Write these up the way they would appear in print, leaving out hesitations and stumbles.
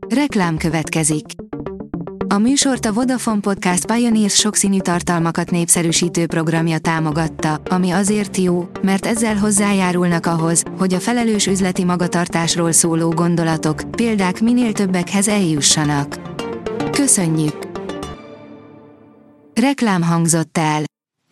Reklám következik. A műsort a Vodafone Podcast Pioneers sokszínű tartalmakat népszerűsítő programja támogatta, ami azért jó, mert ezzel hozzájárulnak ahhoz, hogy a felelős üzleti magatartásról szóló gondolatok, példák minél többekhez eljussanak. Köszönjük! Reklám hangzott el.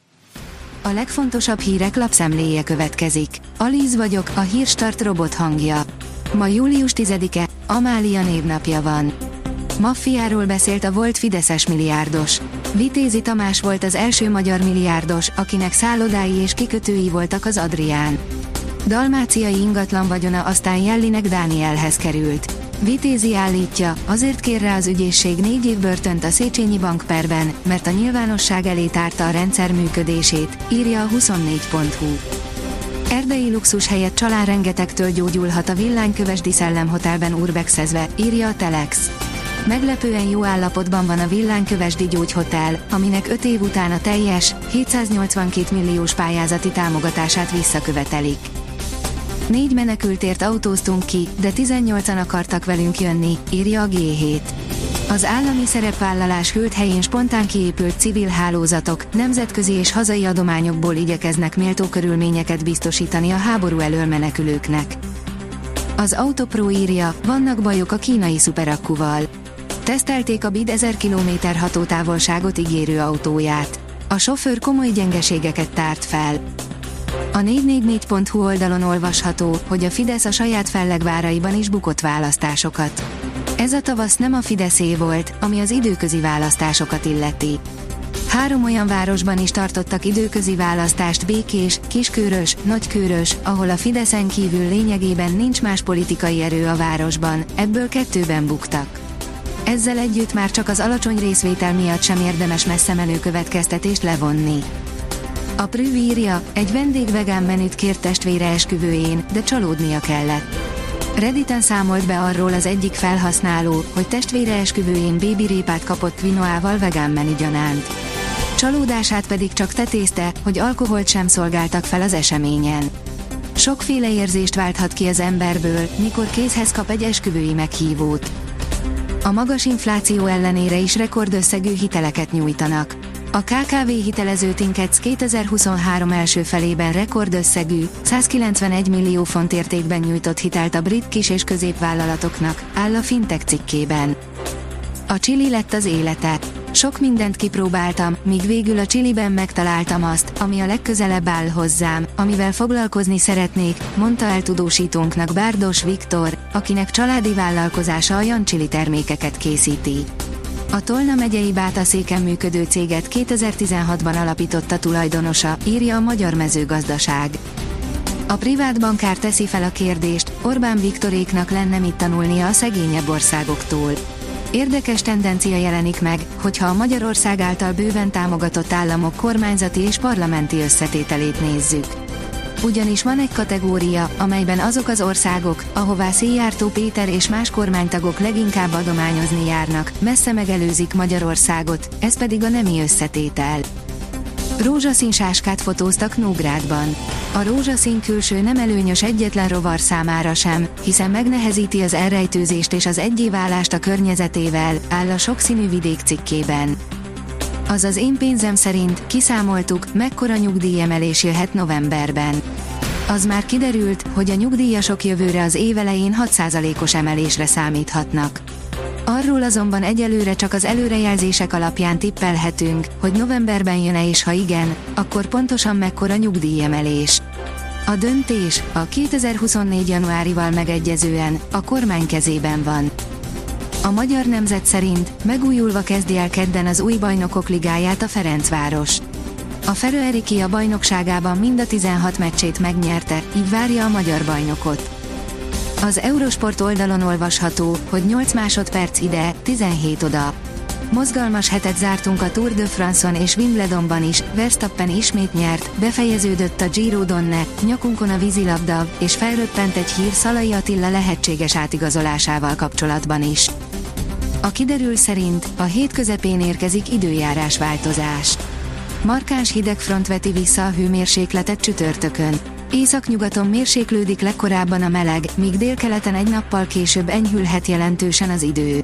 A legfontosabb hírek lapszemléje következik. Alíz vagyok, a Hírstart robot hangja. Ma július 10-e, Amália névnapja van. Maffiáról beszélt a volt fideszes milliárdos. Vitézi Tamás volt az első magyar milliárdos, akinek szállodái és kikötői voltak az Adrián. Dalmáciai ingatlan vagyona aztán Jellinek Dánielhez került. Vitézi állítja, azért kér rá az ügyészség 4 év börtönt a Széchenyi bankperben, mert a nyilvánosság elé tárta a rendszer működését, írja a 24.hu. Erdei luxus helyett csalán rengetegtől gyógyulhat a Villánykövesdi Szellemhotelben urbexezve, írja a Telex. Meglepően jó állapotban van a Villánykövesdi Gyógyhotel, aminek 5 év után a teljes, 782 milliós pályázati támogatását visszakövetelik. 4 menekültért autóztunk ki, de 18-an akartak velünk jönni, írja a G7. Az állami szerepvállalás hűlt helyén spontán kiépült civil hálózatok, nemzetközi és hazai adományokból igyekeznek méltó körülményeket biztosítani a háború elől menekülőknek. Az Autopro írja, vannak bajok a kínai szuperakkuval. Tesztelték a BID 1000 km hatótávolságot ígérő autóját. A sofőr komoly gyengeségeket tárt fel. A 444.hu oldalon olvasható, hogy a Fidesz a saját fellegváraiban is bukott választásokat. Ez a tavasz nem a Fideszé volt, ami az időközi választásokat illeti. 3 olyan városban is tartottak időközi választást: Békés, Kiskőrös, Nagykőrös, ahol a Fideszen kívül lényegében nincs más politikai erő a városban, ebből 2-ben buktak. Ezzel együtt már csak az alacsony részvétel miatt sem érdemes messzemenő következtetést levonni. A Prüv írja, egy vendég vegán menüt kért testvére esküvőjén, de csalódnia kellett. Redditen számolt be arról az egyik felhasználó, hogy testvére esküvőjén bébirépát kapott quinoával vegán menü gyanánt. Csalódását pedig csak tetézte, hogy alkoholt sem szolgáltak fel az eseményen. Sokféle érzést válthat ki az emberből, mikor kézhez kap egy esküvői meghívót. A magas infláció ellenére is rekordösszegű hiteleket nyújtanak. A KKV hitelező Tinkec 2023 első felében rekordösszegű, 191 millió font értékben nyújtott hitelt a brit kis- és középvállalatoknak, áll a Fintech cikkében. A chili lett az élete. Sok mindent kipróbáltam, míg végül a chiliben megtaláltam azt, ami a legközelebb áll hozzám, amivel foglalkozni szeretnék, mondta el tudósítónknak Bárdos Viktor, akinek családi vállalkozása a Janchili termékeket készíti. A Tolna megyei Bátaszéken működő céget 2016-ban alapította tulajdonosa, írja a Magyar Mezőgazdaság. A privát bankár teszi fel a kérdést, Orbán Viktoréknak lenne mit tanulnia a szegényebb országoktól. Érdekes tendencia jelenik meg, hogyha a Magyarország által bőven támogatott államok kormányzati és parlamenti összetételét nézzük. Ugyanis van egy kategória, amelyben azok az országok, ahová Szijjártó Péter és más kormánytagok leginkább adományozni járnak, messze megelőzik Magyarországot, ez pedig a nemi összetétel. Rózsaszín sáskát fotóztak Nógrádban. A rózsaszín külső nem előnyös egyetlen rovar számára sem, hiszen megnehezíti az elrejtőzést és az egyéválást a környezetével, áll a Sokszínű Vidék cikkében. Azaz én pénzem szerint kiszámoltuk, mekkora nyugdíjemelés jöhet novemberben. Az már kiderült, hogy a nyugdíjasok jövőre az év elején 6%-os emelésre számíthatnak. Arról azonban egyelőre csak az előrejelzések alapján tippelhetünk, hogy novemberben jön-e, és ha igen, akkor pontosan mekkora nyugdíjemelés. A döntés, a 2024. januárival megegyezően, a kormány kezében van. A Magyar Nemzet szerint megújulva kezdi el kedden az új bajnokok ligáját a Ferencváros. A Feröeriki a bajnokságában mind a 16 meccsét megnyerte, így várja a magyar bajnokot. Az Eurosport oldalon olvasható, hogy 8 másodperc ide, 17 oda. Mozgalmas hetet zártunk a Tour de France-on és Wimbledonban is, Verstappen ismét nyert, befejeződött a Giro d'Onne, nyakunkon a vízilabda, és felröppent egy hír Szalai Attila lehetséges átigazolásával kapcsolatban is. A kiderül szerint a hét közepén érkezik időjárásváltozás. Markáns hidegfront veti vissza a hőmérsékletet csütörtökön. Északnyugaton mérséklődik legkorábban a meleg, míg délkeleten egy nappal később enyhülhet jelentősen az idő.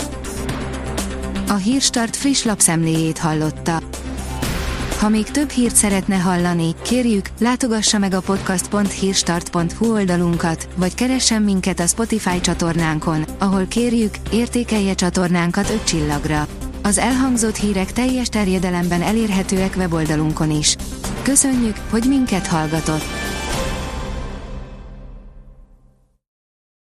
A Hírstart friss lapszemléjét hallotta. Ha még több hírt szeretne hallani, kérjük, látogassa meg a podcast.hírstart.hu oldalunkat, vagy keressen minket a Spotify csatornánkon, ahol kérjük, értékelje csatornánkat 5 csillagra. Az elhangzott hírek teljes terjedelemben elérhetőek weboldalunkon is. Köszönjük, hogy minket hallgatott!